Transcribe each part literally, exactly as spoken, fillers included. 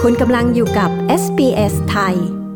คุณกำลังอยู่กับ เอส บี เอส ไทย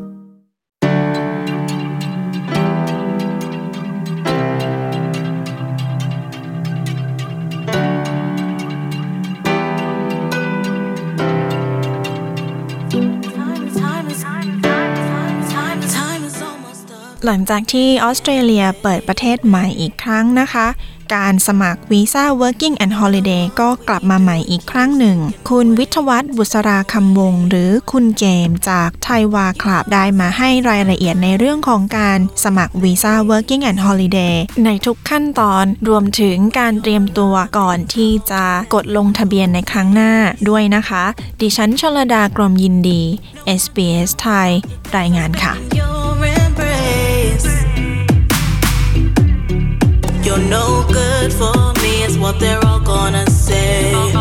หลังจากที่ออสเตรเลียเปิดประเทศใหม่อีกครั้งนะคะการสมัครวีซ่า Working and Holiday ก็กลับมาใหม่อีกครั้งหนึ่งคุณวิทยวัฒน์บุษราคำวงศ์หรือคุณเกมจากไทยวาคลับได้มาให้รายละเอียดในเรื่องของการสมัครวีซ่า Working and Holiday ในทุกขั้นตอนรวมถึงการเตรียมตัวก่อนที่จะกดลงทะเบียนในครั้งหน้าด้วยนะคะดิฉันชลดากรมยินดี เอส บี เอส ไทยรายงานค่ะ You're no good for me, it's what they're all gonna say.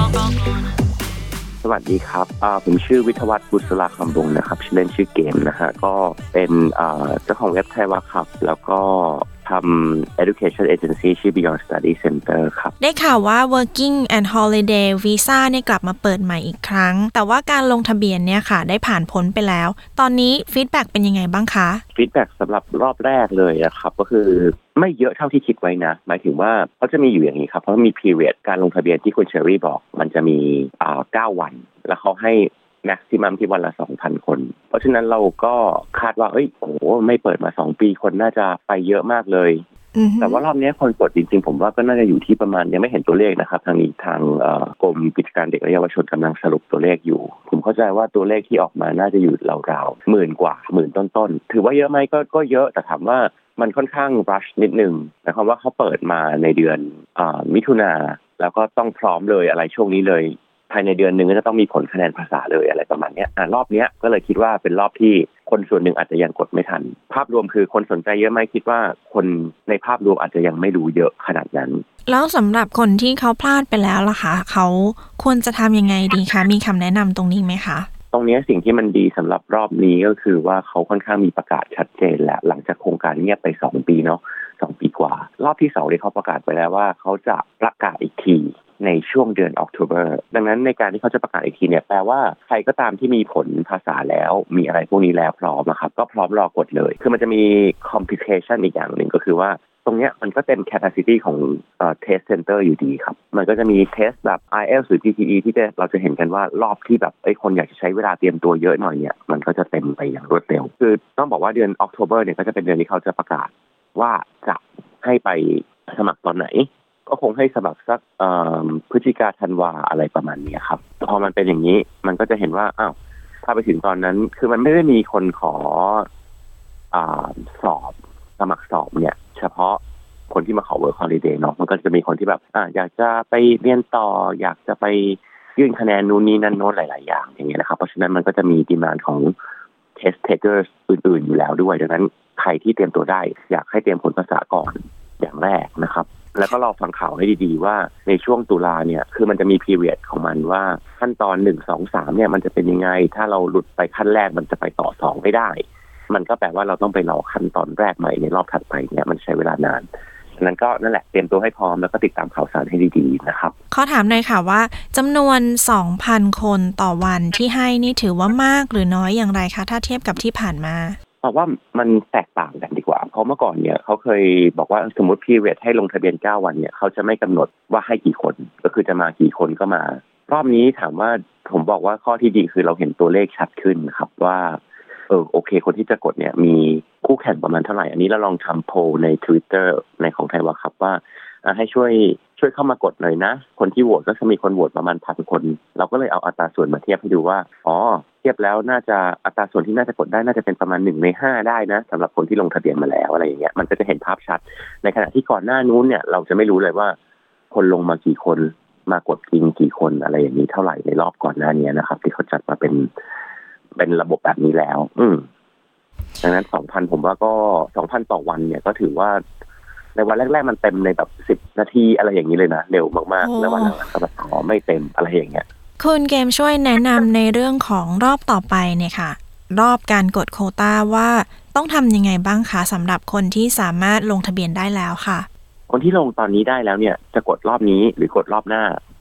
สวัสดีครับผมชื่อวิทยวัฒน์บุษราคำวงศ์นะครับชื่อเล่นชื่อเกมนะฮะก็เป็นเจ้าของเว็บไทยวาครับแล้วก็ทำ education agency ชื่อ Beyond Study Center ครับได้ข่าวว่า Working and Holiday Visa เนี่ยกลับมาเปิดใหม่อีกครั้งแต่ว่าการลงทะเบียนเนี่ยค่ะได้ผ่านพ้นไปแล้วตอนนี้ฟีดแบ็กเป็นยังไงบ้างคะฟีดแบ็กสำหรับรอบแรกเลยนะครับก็คือไม่เยอะเท่าที่คิดไว้นะหมายถึงว่าเขาจะมีอยู่อย่างนี้ครับเพราะมี period การลงทะเบียนที่คุณเชอรี่บอกมันจะมีอ่าเก้าวันแล้วเขาให้maximum ที่วันละ สองพัน คนเพราะฉะนั้นเราก็คาดว่าเอ้ยโอ้ไม่เปิดมาสองปีคนน่าจะไปเยอะมากเลย mm-hmm. แต่ว่ารอบนี้คนกดจริงๆผมว่าก็น่าจะอยู่ที่ประมาณยังไม่เห็นตัวเลขนะครับทางนี้ทางกรมกิจการเด็กและเยาวชนกำลังสรุปตัวเลขอยู่ผมเข้าใจว่าตัวเลขที่ออกมาน่าจะอยู่ราวๆหมื่นกว่าหมื่นต้นๆถือว่าเยอะไหมก็ก็เยอะแต่ถามว่ามันค่อนข้าง rush นิดนึงหมายความว่าเขาเปิดมาในเดือนอ่ามิถุนาแล้วก็ต้องพร้อมเลยอะไรช่วงนี้เลยภายในเดือนนึงก็จะต้องมีผลคะแนนภาษาเลยอะไรประมาณนี้อ่ารอบนี้ก็เลยคิดว่าเป็นรอบที่คนส่วนหนึ่งอาจจะยังกดไม่ทันภาพรวมคือคนสนใจเยอะไหมคิดว่าคนในภาพรวมอาจจะยังไม่รู้เยอะขนาดนั้นแล้วสำหรับคนที่เขาพลาดไปแล้วล่ะคะเขาควรจะทำยังไงดีคะมีคำแนะนำตรงนี้ไหมคะตรงนี้สิ่งที่มันดีสำหรับรอบนี้ก็คือว่าเขาค่อนข้างมีประกาศชัดเจนแล้วหลังจากโครงการเงียบไปสองปีเนาะสองปีกว่ารอบที่สองที่เขาประกาศไปแล้วว่าเขาจะประกาศอีกทีในช่วงเดือนออกตุลาคมดังนั้นในการที่เขาจะประกาศอีกทีเนี่ยแปลว่าใครก็ตามที่มีผลภาษาแล้วมีอะไรพวกนี้แล้วพร้อมนะครับก็พร้อมรอกดเลยคือมันจะมี complication อีกอย่างหนึ่งก็คือว่าตรงเนี้ยมันก็เต็ม capacity ของเอ่อ test center อยู่ดีครับมันก็จะมีเทสแบบ ไอ เอล ที เอส หรือ ที ที อี ที่เราจะเห็นกันว่ารอบที่แบบไอ้คนอยากจะใช้เวลาเตรียมตัวเยอะหน่อยเนี่ยมันก็จะเต็มไปอย่างรวดเร็วคือต้องบอกว่าเดือนออกตุลาคมเนี่ยก็จะเป็นเดือนที่เขาจะประกาศว่าจะให้ไปสมัครตอนไหนก็คงให้สมัครสักพฤศจิกาธันวาอะไรประมาณนี้ครับพอมันเป็นอย่างนี้มันก็จะเห็นว่าอ้าวถ้าไปถึงตอนนั้นคือมันไม่ได้มีคนขออ่าสอบสมัครสอบเนี่ยเฉพาะคนที่มาขอ work holiday เนาะมันก็จะมีคนที่แบบอ่าอยากจะไปเรียนต่ออยากจะไปยื่นคะแนนนู่นนี่นั่นโน้นหลายๆอย่างอย่างเงี้ยนะครับเพราะฉะนั้นมันก็จะมีดีมานด์ของ test takers อื่นๆอยู่แล้วด้วยดังนั้นใครที่เตรียมตัวได้อยากให้เตรียมผลภาษาก่อนอย่างแรกนะครับแล้วก็รอฟังข่าวให้ดีๆว่าในช่วงตุลาเนี่ยคือมันจะมี period ของมันว่าขั้นตอนหนึ่ง สอง สามเนี่ยมันจะเป็นยังไงถ้าเราหลุดไปขั้นแรกมันจะไปต่อสองไม่ได้มันก็แปลว่าเราต้องไปรอขั้นตอนแรกใหม่ในรอบถัดไปเนี่ยมันใช้เวลานานฉะนั้นก็นั่นแหละเตรียมตัวให้พร้อมแล้วก็ติดตามข่าวสารให้ดีๆนะครับขอถามหน่อยค่ะว่าจำนวน สองพัน คนต่อวันที่ให้นี่ถือว่ามากหรือน้อยอย่างไรคะถ้าเทียบกับที่ผ่านมาบอกว่ามันแตกต่างกันดีกว่าเพราะเมื่อก่อนเนี่ยเขาเคยบอกว่าสมมติพีเรียดให้ลงทะเบียนเก้าวันเนี่ยเขาจะไม่กำหนดว่าให้กี่คนก็คือจะมากี่คนก็มารอบนี้ถามว่าผมบอกว่าข้อที่ดีคือเราเห็นตัวเลขชัดขึ้นครับว่าเออโอเคคนที่จะกดเนี่ยมีคู่แข่งประมาณเท่าไหร่อันนี้เราลองทำโพลใน Twitter ในของไทยวาครับว่าให้ช่วยช่วยเข้ามากดหน่อยนะคนที่โหวตก็จะมีคนโหวตประมาณพันคนเราก็เลยเอาอัตราส่วนมาเทียบให้ดูว่าอ๋อเทียบแล้วน่าจะอัตราส่วนที่น่าจะกดได้น่าจะเป็นประมาณหนึ่งในห้าได้นะสำหรับคนที่ลงทะเบียนมาแล้วอะไรอย่างเงี้ยมันก็จะเห็นภาพชัดในขณะที่ก่อนหน้านู้นเนี่ยเราจะไม่รู้เลยว่าคนลงมากี่คนมากดจริงกี่คนอะไรอย่างนี้เท่าไหร่ในรอบก่อนหน้านี้นะครับที่เขาจัดมาเป็นเป็นระบบแบบนี้แล้วอืมดังนั้น สองพัน ผมว่าก็ สองพัน ต่อวันเนี่ยก็ถือว่าในวันแรกๆมันเต็มในแบบสิบนาทีอะไรอย่างนี้เลยนะเร็วมากๆแล้ววันหลังก็แบบอ๋อไม่เต็มอะไรอย่างเงี้ยคุณเกมช่วยแนะนำในเรื่องของรอบต่อไปเนี่ยค่ะรอบการกดโควต้าว่าต้องทำยังไงบ้างคะสำหรับคนที่สามารถลงทะเบียนได้แล้วค่ะคนที่ลงตอนนี้ได้แล้วเนี่ยจะกดรอบนี้หรือกดรอบหน้า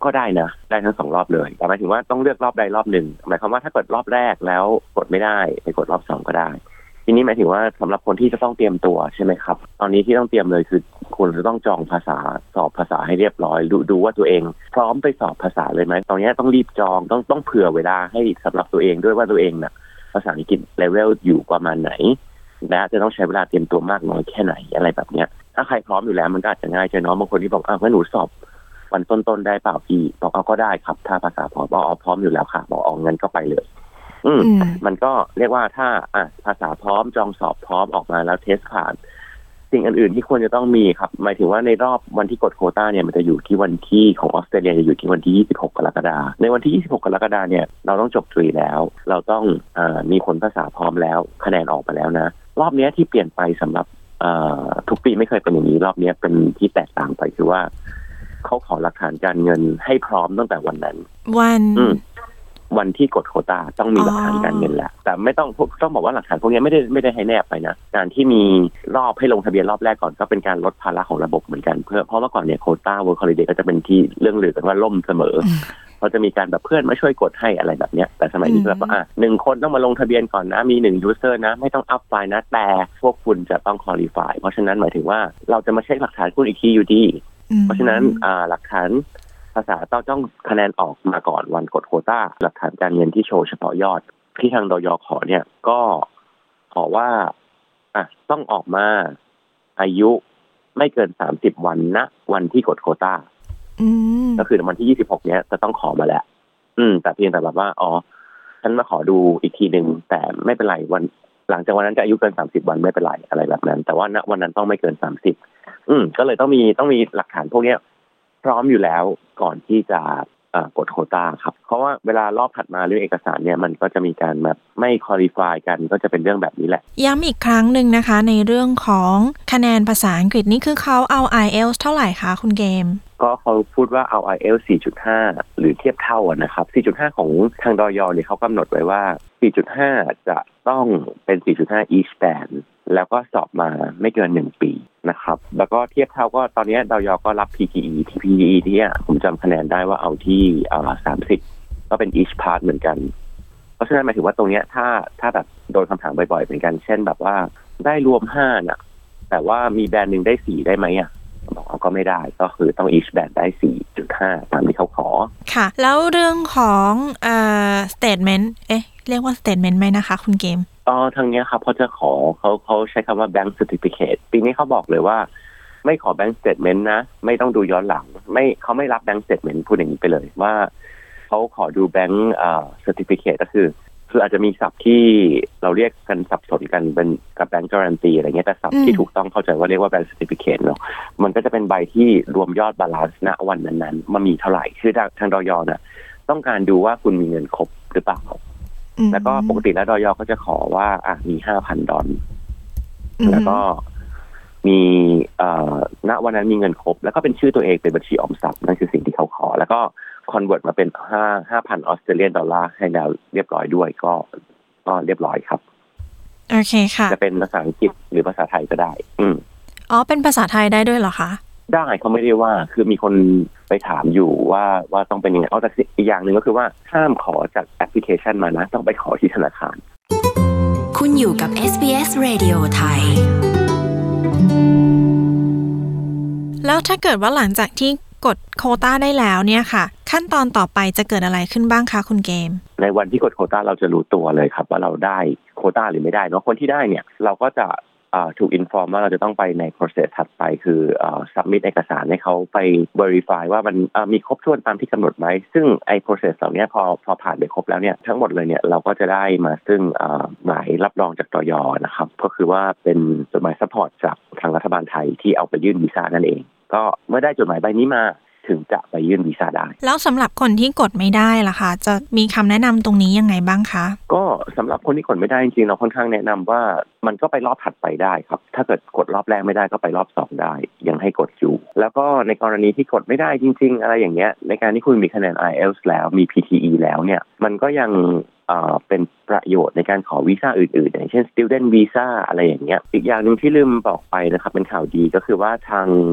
ก็ได้นะได้ทั้งสองรอบเลยแต่หมายถึงว่าต้องเลือกรอบใดรอบหนึ่งหมายความว่าถ้ากดรอบแรกแล้วกดไม่ได้ไปกดรอบสองก็ได้ทีนี้หมายถึงว่าสำหรับคนที่จะต้องเตรียมตัวใช่ไหมครับตอนนี้ที่ต้องเตรียมเลยคือคุณจะต้องจองภาษาสอบภาษาให้เรียบร้อยดูดูว่าตัวเองพร้อมไปสอบภาษาเลยไหมตอนนี้ต้องรีบจองต้องต้องเผื่อเวลาให้สำหรับตัวเองด้วยว่าตัวเองน่ะภาษาอังกฤษเลเวลอยู่ประมาณไหนและจะต้องใช้เวลาเตรียมตัวมากน้อยแค่ไหนอะไรแบบเนี้ยถ้าใครพร้อมอยู่แล้วมันก็อาจจะง่ายใช่เนาะบางคนที่บอกอ้าวงั้นหนูสอบวันต้นๆได้เปล่าพี่บอกเอาก็ได้ครับถ้าภาษาพร้อมบอกเอาพร้อมอยู่แล้วค่ะบอกเอางั้นก็ไปเลยอืมมันก็เรียกว่าถ้าอ่ะภาษาพร้อมจองสอบพร้อมออกมาแล้วเทสผ่านสิ่งอื่นๆที่ควรจะต้องมีครับหมายถึงว่าในรอบวันที่กดโควต้าเนี่ยมันจะอยู่ที่วันที่ของออสเตรเลียจะอยู่ที่วันที่ยี่สิบหกกรกฎาคมในวันที่ยี่สิบหกกรกฎาคมเนี่ยเราต้องจบตรีแล้วเราต้องอ่ามีผลภาษาพร้อมแล้วคะแนนออกมาแล้วนะรอบนี้ที่เปลี่ยนไปสำหรับอ่าทุกปีไม่เคยเป็นอย่างนี้รอบนี้เป็นที่แตกต่างไปคือว่าเขาขอหลักฐานการเงินให้พร้อมตั้งแต่วันนั้นวันวันที่กดโควต้าต้องมีหลักฐานการเงินแหละแต่ไม่ต้องต้องบอกว่าหลักฐานพวกนี้ไม่ได้ไม่ได้ให้แนบไปนะการที่มีรอบให้ลงทะเบียนรอบแรกก่อนก็เป็นการลดภาระของระบบเหมือนกันเพื่อเพราะเมื่อก่อนเนี่ยโควต้าเวิร์คฮอลิเดย์ก็จะเป็นที่เรื่องลือกันว่าล่มเสมอเขาจะมีการแบบเพื่อนมาช่วยกดให้อะไรแบบเนี้ยแต่สมัยนี้แบบว่าอ่ะหนึ่งคนต้องมาลงทะเบียนก่อนนะมีหนึ่งยูเซอร์นะไม่ต้องอัพไฟล์นะแต่พวกคุณจะต้องควอลิฟายเพราะฉะนั้นหมายถึงว่าเราจะมาเช็คหลักฐานคุณอีกทีอยู่ดีเพราะฉะนั้นอ่าหลักฐานภาษาต้องต้องคะแนนออกมาก่อนวันกดโควต้าหลักฐานการเงินที่โชว์เฉพาะยอดที่ทางดย.ขอเนี่ยก็ขอว่าอ่ะต้องออกมาอายุไม่เกินสามสิบวันณวันที่กดโควต้าก็คือวันที่ยี่สิบหกเนี้ยจะต้องขอมาแล้วอืมแต่เพียงแต่แบบว่าอ๋อฉันมาขอดูอีกทีนึงแต่ไม่เป็นไรวันหลังจากวันนั้นจะอายุเกินสามสิบวันไม่เป็นไรอะไรแบบนั้นแต่ว่าณวันนั้นต้องไม่เกินสามสิบอืมก็เลยต้องมีต้องมีหลักฐานพวกเนี้ยพร้อมอยู่แล้วก่อนที่จะกดโควต้าครับเพราะว่าเวลารอบถัดมาเรื่องเอกสารเนี่ยมันก็จะมีการแบบไม่ควอลิฟายกันก็จะเป็นเรื่องแบบนี้แหละย้ำอีกครั้งหนึ่งนะคะในเรื่องของคะแนนภาษาอังกฤษนี่คือเขาเอา ไอ เอล ที เอส เท่าไหร่คะคุณเกมก็เขาพูดว่าเอา ไอ เอล ที เอส สี่จุดห้า หรือเทียบเท่านะครับ สี่จุดห้า ของทางดย.เนี่ยเขากำหนดไว้ว่า สี่จุดห้า จะต้องเป็น สี่จุดห้า Each Band แล้วก็สอบมาไม่เกินหนึ่งปีนะครับแล้วก็เทียบเท่าก็ตอนนี้ดย.ก็รับ พี ที อี ที่ พี ที อี ที่ผมจำคะแนนได้ว่าเอาที่อ่าสามสิบก็เป็น Each Part เหมือนกันเพราะฉะนั้นหมายถึงว่าตรงเนี้ยถ้าถ้าแบบโดนคำถามบ่อยๆเหมือนกันเช่นแบบว่าได้รวมห้าน่ะแต่ว่ามีแบรนด์นึงได้สี่ได้ไหมอ่ะบอกเอาก็ไม่ได้ก็คือต้อง each band ได้ สี่จุดห้า ตามที่เขาขอค่ะแล้วเรื่องของเอ่อ statement เอ๊ะเรียกว่า statement ไหมนะคะคุณเกมอ๋อทางเนี้ยครับเขาจะขอเขาเขาใช้คำว่า bank certificate ปีนี้เขาบอกเลยว่าไม่ขอ bank statement นะไม่ต้องดูย้อนหลังไม่เขาไม่รับ bank statement พูดอย่างนี้ไปเลยว่าเขาขอดู bank อ่า certificate ก็คือคืออาจจะมีศัพท์ที่เราเรียกกันสับสนกันเป็นกับ bank guarantee อะไรเงี้ยแต่ศัพท์ที่ถูกต้องเข้าใจว่าเรียกว่า bank certificate เนาะมันก็จะเป็นใบที่รวมยอดบาลานซ์ณวันนั้นๆมันมีเท่าไหร่คือทางดย.น่ะต้องการดูว่าคุณมีเงินครบหรือเปล่าแล้วก็ปกติแล้วดย.เขาจะขอว่าอ่ะมี ห้าพัน ดอลแล้วก็มีเอ่อณวันนั้นมีเงินครบแล้วก็เป็นชื่อตัวเองเป็นบัญชีออมทรัพย์นั่นคือสิ่งที่เขาขอแล้วก็คอนเวิร์ตมาเป็นห้า ห้าพัน ออสเตรเลียนดอลลาร์ให้แล้วเรียบร้อยด้วยก็ก็เรียบร้อยครับโอเคค่ะจะเป็นภาษาอังกฤษหรือภาษาไทยก็ได้อืมอ๋อเป็นภาษาไทยได้ด้วยเหรอคะได้เขาไม่ได้ว่าคือมีคนไปถามอยู่ว่าว่าต้องเป็นยังไงเอาแต่อีกอย่างนึงก็คือว่าห้ามขอจากแอปพลิเคชันมานะต้องไปขอที่ธนาคารคุณอยู่กับ เอส บี เอส Radio ไทยแล้วถ้าเกิดว่าหลังจากที่กดโควต้าได้แล้วเนี่ยค่ะขั้นตอนต่อไปจะเกิดอะไรขึ้นบ้างคะคุณเกมในวันที่กดโควต้าเราจะรู้ตัวเลยครับว่าเราได้โควต้าหรือไม่ได้เนาะคนที่ได้เนี่ยเราก็จะถูกอินฟอร์มว่าเราจะต้องไปใน process ถัดไปคืออ่า submit เอกสารให้เขาไป verify ว่ามันมีครบถ้วนตามที่กำหนดไหมซึ่งไอ้ process เหล่านี้พอพอผ่านไปครบแล้วเนี่ยทั้งหมดเลยเนี่ยเราก็จะได้มาซึ่งหมายรับรองจากดย.นะครับก็คือว่าเป็นจดหมาย support จากทางรัฐบาลไทยที่เอาไปยื่นวีซ่านั่นเองก็เมื่อได้จดหมายใบนี้มาถึงจะไปยื่นวีซ่าได้แล้วสำหรับคนที่กดไม่ได้ล่ะคะจะมีคำแนะนำตรงนี้ยังไงบ้างคะก็สำหรับคนที่กดไม่ได้จริงๆเราค่อนข้างแนะนำว่ามันก็ไปรอบถัดไปได้ครับถ้าเกิดกดรอบแรกไม่ได้ก็ไปรอบสองได้ยังให้กดอยู่แล้วก็ในกรณีที่กดไม่ได้จริงๆอะไรอย่างเงี้ยในการที่คุณมีคะแนน ไอ เอล ที เอส แล้วมี พี ที อี แล้วเนี่ยมันก็ยังเป็นประโยชน์ในการขอวีซ่าอื่นๆอย่างเช่น student visa อะไรอย่างเงี้ยอีกอย่างนึงที่ลืมบอกไปนะครับเป็นข่าวดีก็คือว่าทาง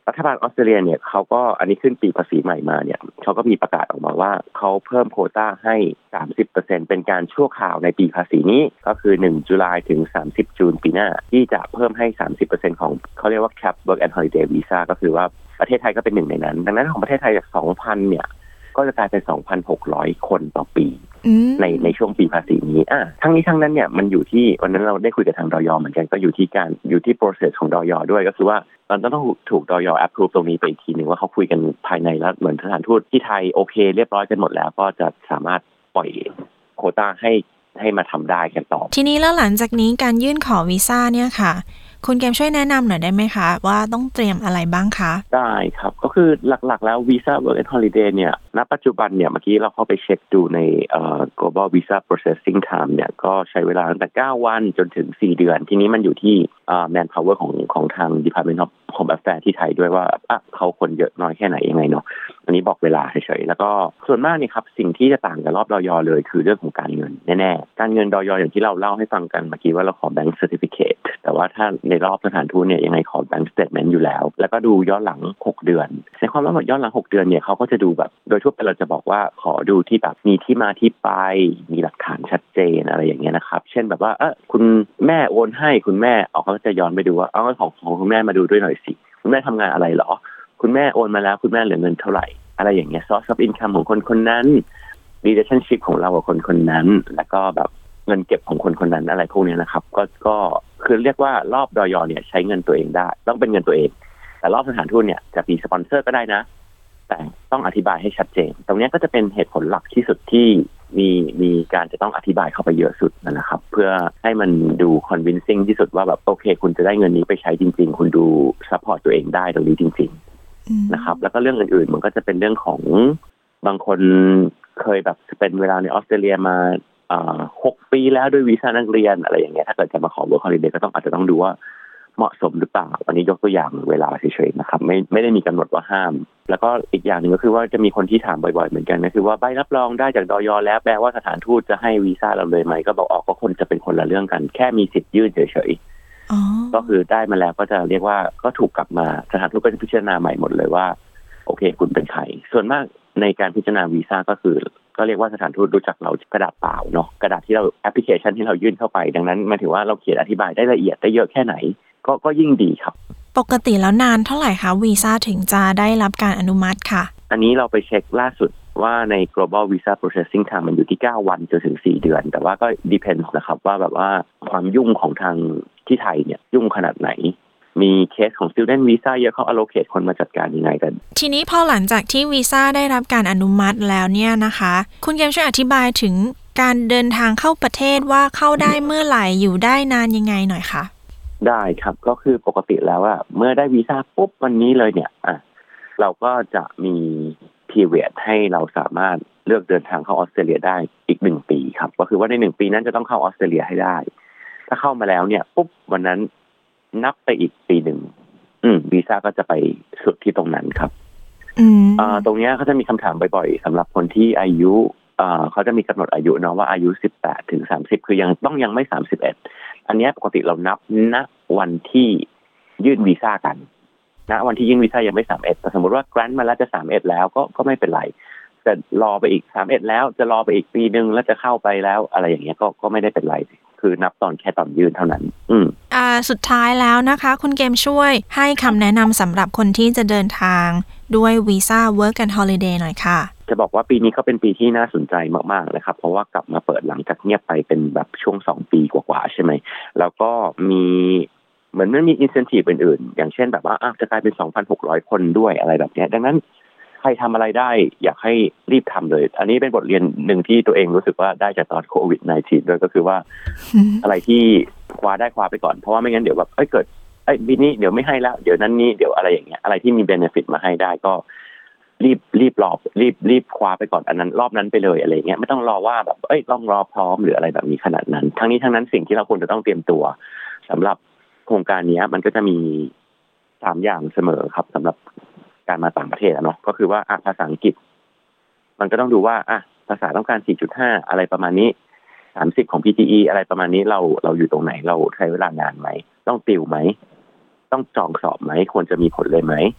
รัฐบาลออสเตรเลียเนี่ยเขาก็อันนี้ขึ้นปีภาษีใหม่มาเนี่ยเขาก็มีประกาศออกมาว่าเขาเพิ่มโควต้าให้ สามสิบเปอร์เซ็นต์ เป็นการชั่วคราวในปีภาษีนี้ก็คือหนึ่งตุลาถึงสามสิบจูนปีหน้าที่จะเพิ่มให้ สามสิบเปอร์เซ็นต์ ของเขาเรียกว่า Cap Work and Holiday Visa ก็คือว่าประเทศไทยก็เป็นหนึ่งในนั้นดังนั้นของประเทศไทยจาก สองพัน เนี่ยก็จะกลายเป็น สองพันหกร้อย คนต่อปีในในช่วงปีภาษีนี้อ่ะทั้งนี้ทั้งนั้นเนี่ยมันอยู่ที่วันนั้นเราได้คุยกับทางดย.เหมือนกันก็อยู่ที่การอยู่ที่ process ของดย.ด้วยก็คือว่ามันต้องถูกดย. approve ตรงนี้ไปอีกทีนึงว่าเขาคุยกันภายในแล้วเหมือนสถานทูตที่ไทยโอเคเรียบร้อยกันหมดแล้วก็จะสามารถปล่อยโควต้าให้ให้มาทำได้กันต่อทีนี้แล้วหลังจากนี้การยื่นขอวีซ่าเนี่ยค่ะคุณเกมช่วยแนะนำหน่อยได้ไหมคะว่าต้องเตรียมอะไรบ้างคะได้ครับก็คือหลักๆแล้ว Visa Work and Holiday เนี่ยณปัจจุบันเนี่ยเมื่อกี้เราเข้าไปเช็คดูในเอ่อ Global Visa Processing Time เนี่ยก็ใช้เวลาตั้งแต่เก้าวันจนถึงสี่เดือนทีนี้มันอยู่ที่เอ่อ manpower ของของทาง Department of Home Affairs ที่ไทยด้วยว่าอ่ะเขาคนเยอะน้อยแค่ไหนยังไงเนาะอันนี้บอกเวลาเฉยๆแล้วก็ส่วนมากนี่ครับสิ่งที่จะต่างกับรอบดย.เลยคือเรื่องของการเงินแน่ๆการเงินดย.อย่างที่เราเล่าให้ฟังกันเมื่อกี้ว่าเราขอ Bank Certificate แต่ว่าถ้าในรอบสถานทูตเนี่ยยังไงขอ Bank Statement อยู่แล้วแล้วก็ดูย้อนหลังหกเดือนในความว่าย้อนหลังหกเดือนเนี่ยเขาก็จะดูแบบโดยทั่วไปเราจะบอกว่าขอดูที่แบบมีที่มาที่ไปมีหลักฐานชัดเจนอะไรอย่างเงี้ยนะครับเช่นแบบว่าเออคุณแม่โอนให้คุณแม่เอาเขาจะย้อนไปดูว่าเอาของของคุณแม่มาดูด้วยหน่อยสิคุณแม่ทำงานอะไรหรอคุณแม่โอนมาแล้วคุณแม่เหลือเงินเท่าไหร่อะไรอย่างเงี้ย source of income ของคนคนนั้น relationship ของเรากับคนคนนั้นแล้วก็แบบเงินเก็บของคนคนนั้นอะไรพวกนี้นะครับก็ก็คือเรียกว่ารอบดย.เนี่ยใช้เงินตัวเองได้ต้องเป็นเงินตัวเองแต่รอบสถานทูตเนี่ยจะมีสปอนเซอร์ก็ได้นะแต่ต้องอธิบายให้ชัดเจนตรงนี้ก็จะเป็นเหตุผลหลักที่สุดที่มีมีการจะต้องอธิบายเข้าไปเยอะสุดนะครับเพื่อให้มันดู convincing ที่สุดว่าแบบโอเคคุณจะได้เงินนี้ไปใช้จริงๆคุณดู support ตัวเองได้ตรงนี้จริงๆนะครับแล้วก็เรื่องอื่นๆมันก็จะเป็นเรื่องของบางคนเคยแบบเป็นเวลาในออสเตรเลียมาอ่าหกปีแล้วด้วยวีซ่านักเรียนอะไรอย่างเงี้ยถ้าเกิดจะมาขอ work holiday ก็ต้องอาจจะต้องดูว่าเหมาะสมหรือเปล่าอันนี้ยกตัวอย่างเวลาเฉยๆนะครับไม่ไม่ได้มีกำหนดว่าห้ามแล้วก็อีกอย่างหนึ่งก็คือว่าจะมีคนที่ถามบ่อยๆเหมือนกันก็คือว่าใบรับรองได้จากดย.แล้วแปลว่าสถานทูตจะให้วีซ่าเราเลยไหมก็บอกออกก็คนจะเป็นคนละเรื่องกันแค่มีสิทธิ์ยื่นเฉยๆก็คือได้มาแล้วก็จะเรียกว่าก็ถูกกลับมาสถานทูตก็จะพิจารณาใหม่หมดเลยว่าโอเคคุณเป็นใครส่วนมากในการพิจารณาวีซ่าก็คือก็เรียกว่าสถานทูตรู้จักเรากระดาษเปล่าเนาะกระดาษที่เราแอปพลิเคชันที่เรายื่นเข้าไปดังนั้นมันถือว่าเราเขียนอธิบายได้ละเอียดได้เยอะแค่ไหนก็ก็ยิ่งดีครับปกติแล้วนานเท่าไหร่คะวีซ่าถึงจะได้รับการอนุมัติค่ะอันนี้เราไปเช็คล่าสุดว่าใน Global Visa Processing Time มันอยู่ที่เก้าวันจนถึงสี่เดือนแต่ว่าก็ depends นะครับว่าแบบว่าความยุ่งของทางที่ไทยเนี่ยยุ่งขนาดไหนมีเคสของ student visa เยอะเขา allocate คนมาจัดการยังไงกันทีนี้พอหลังจากที่วีซ่าได้รับการอนุมัติแล้วเนี่ยนะคะคุณเกมช่วยอธิบายถึงการเดินทางเข้าประเทศว่าเข้าได้เมื่อไหร่อยู่ได้นานยังไงหน่อยคะได้ครับก็คือปกติแล้วอะเมื่อได้วีซ่าปุ๊บวันนี้เลยเนี่ยอ่ะเราก็จะมี period ให้เราสามารถเลือกเดินทางเข้าออสเตรเลียได้อีกหนึ่งปีครับก็คือว่าในหนึ่งปีนั้นจะต้องเข้าออสเตรเลียให้ได้ถ้าเข้ามาแล้วเนี่ยปุ๊บวันนั้นนับไปอีกปีหนึ่งอืมวีซ่าก็จะไปสุดที่ตรงนั้นครับอืมอ่าตรงนี้เขาจะมีคำถามบ่อยๆสำหรับคนที่อายุอ่าเขาจะมีกำหนดอายุเนาะว่าอายุสิบแปดถึงสามสิบคือยังต้องยังไม่สามสิบเอ็ดอันนี้ปกติเรานับณวันที่ยื่นวีซ่ากันณวันที่ยื่นวีซ่ายังไม่สามสิบเอ็ดแต่สมมุติว่าแกรนต์มาแล้วจะสามสิบเอ็ดแล้วก็ก็ไม่เป็นไรแต่รอไปอีกสามสิบเอ็ดแล้วจะรอไปอีกปีนึงแล้วจะเข้าไปแล้วอะไรอย่างเงี้ยก็ก็ไม่ได้เป็นไรคือนับตอนแค่ตอนยื่นเท่านั้นอืมอ่าสุดท้ายแล้วนะคะคุณเกมช่วยให้คำแนะนำสำหรับคนที่จะเดินทางด้วยวีซ่า Work and Holiday หน่อยค่ะจะบอกว่าปีนี้ก็เป็นปีที่น่าสนใจมากๆเลยครับเพราะว่ากลับมาเปิดหลังจากเงียบไปเป็นแบบช่วงสองปีกว่าๆใช่ไหมแล้วก็มีเหมือนมันมี incentive อื่นๆอย่างเช่นแบบว่าจะกลายเป็น สองพันหกร้อย คนด้วยอะไรแบบนี้ดังนั้นใครทำอะไรได้อยากให้รีบทำเลยอันนี้เป็นบทเรียนหนึ่งที่ตัวเองรู้สึกว่าได้จากตอนโควิด สิบเก้า ด้วยก็คือว่า อะไรที่คว้าได้คว้าไปก่อนเพราะว่าไม่งั้นเดี๋ยวแบบเอ้ยเกิดไอ้ปีนี้เดี๋ยวไม่ให้แล้วเดี๋ยวนั้นนี้เดี๋ยวอะไรอย่างเงี้ยอะไรที่มี benefit มาให้ได้ก็รีบรีบรอรีบรีบคว้าไปก่อนอันนั้นรอบนั้นไปเลยอะไรเงี้ยไม่ต้องรอว่าแบบเอ้ยต้องรอพร้อมหรืออะไรแบบนี้ขนาดนั้นทั้งนี้ทั้งนั้นสิ่งที่เราควรจะต้องเตรียมตัวสำหรับโครงการนี้มันก็จะมีสามอย่างเสมอครับสำหรับการมาต่างประเทศเนาะก็คือว่าอ่ะภาษาอังกฤษมันก็ต้องดูว่าอ่ะภาษาต้องการ สี่จุดห้า อะไรประมาณนี้สามสิบของ พี ที อี อะไรประมาณนี้เราเราอยู่ตรงไหนเราใช้เวลานานไหมต้องติวไหมต้องจองสอบไหมควรจะมีผลเลยไหม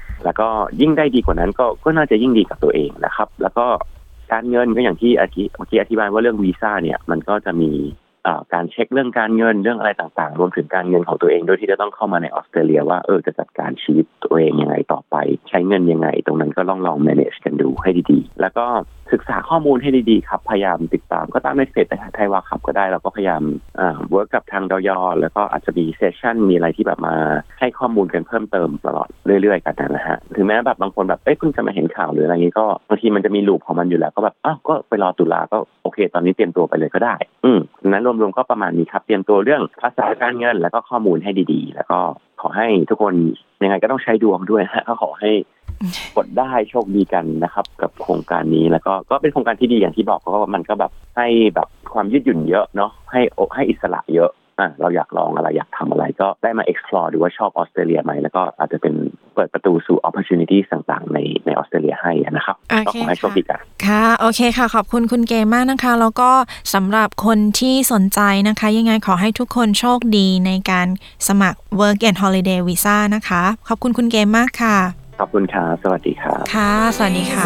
แล้วก็ยิ่งได้ดีกว่านั้นก็ก็น่าจะยิ่งดีกับตัวเองนะครับแล้วก็การเงินก็อย่างที่อาทิเมื่อกี้อธิบายว่าเรื่องวีซ่าเนี่ยมันก็จะมีการเช็คเรื่องการเงินเรื่องอะไรต่างๆรวมถึงการเงินของตัวเองโดยที่จะต้องเข้ามาในออสเตรเลียว่าเออจะจัดการชีวิตตัวเองยังไงต่อไปใช้เงินยังไงตรงนั้นก็ลองลอง manage กันดูให้ดีๆแล้วก็ศึกษาข้อมูลให้ดีๆครับพยายามติดตามก็ตามในเพจไทยวาขับก็ได้เราก็พยายามอ่าเวิร์กกับทางดย.แล้วก็อาจจะมีเซสชั่นมีอะไรที่แบบมาให้ข้อมูลกันเพิ่มเติมตลอดเรื่อยๆกันนะฮะถึงแม้แบบบางคนแบบเอ้ยเพิ่งจะมาเห็นข่าวหรืออะไรงี้ก็บางทีมันจะมีลูปของมันอยู่แล้วก็แบบอ้าวก็ไปรอตุลาก็โอเคตอนนี้เตรียมตัวไปเลยก็ได้อืมนั้นรวมๆก็ประมาณนี้ครับเตรียมตัวเรื่องภาษาการเงินแล้วก็ข้อมูลให้ดีๆแล้วก็ขอให้ทุกคนยังไงก็ต้องใช้ดวงด้วยฮะก็ขอให้กดได้โชคดีกันนะครับกับโครงการนี้แล้วก็ก็เป็นโครงการที่ดีอย่างที่บอกก็มันก็แบบให้แบบความยืดหยุ่นเยอะเนาะให้ให้อิสระเยอะอ่ะเราอยากลองอะไรอยากทำอะไรก็ได้มา explore ดูว่าชอบออสเตรเลียไหมแล้วก็อาจจะเป็นเปิดประตูสู่ opportunity ต่างๆในในออสเตรเลียให้นะครับก็ขอให้โชคดีกันค่ะโอเคค่ะขอบคุณคุณเกมมากนะคะแล้วก็สำหรับคนที่สนใจนะคะยังไงขอให้ทุกคนโชคดีในการสมัคร Work and Holiday Visa นะคะขอบคุณคุณเกมมากค่ะขอบคุณค่ะสวัสดีค่ะค่ะสวัสดีค่ะ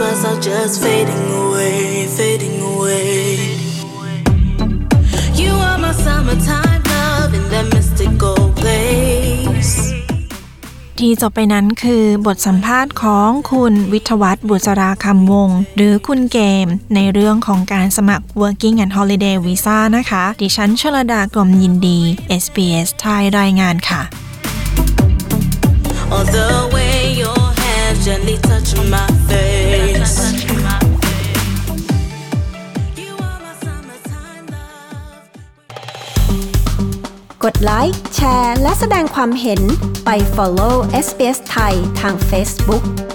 You are my summertime love in that mystical place ที่จบไปนั้นคือบทสัมภาษณ์ของคุณวิทยวัฒน์บุษราคำวงศ์หรือคุณเกมในเรื่องของการสมัคร Working and Holiday Visa นะคะดิฉันชลดากรมยินดี เอส บี เอส ไทยรายงานค่ะ All the way your hands gently touch my face กดไลค์แชร์และแสดงความเห็นไป follow เอส บี เอส ไทยทาง Facebook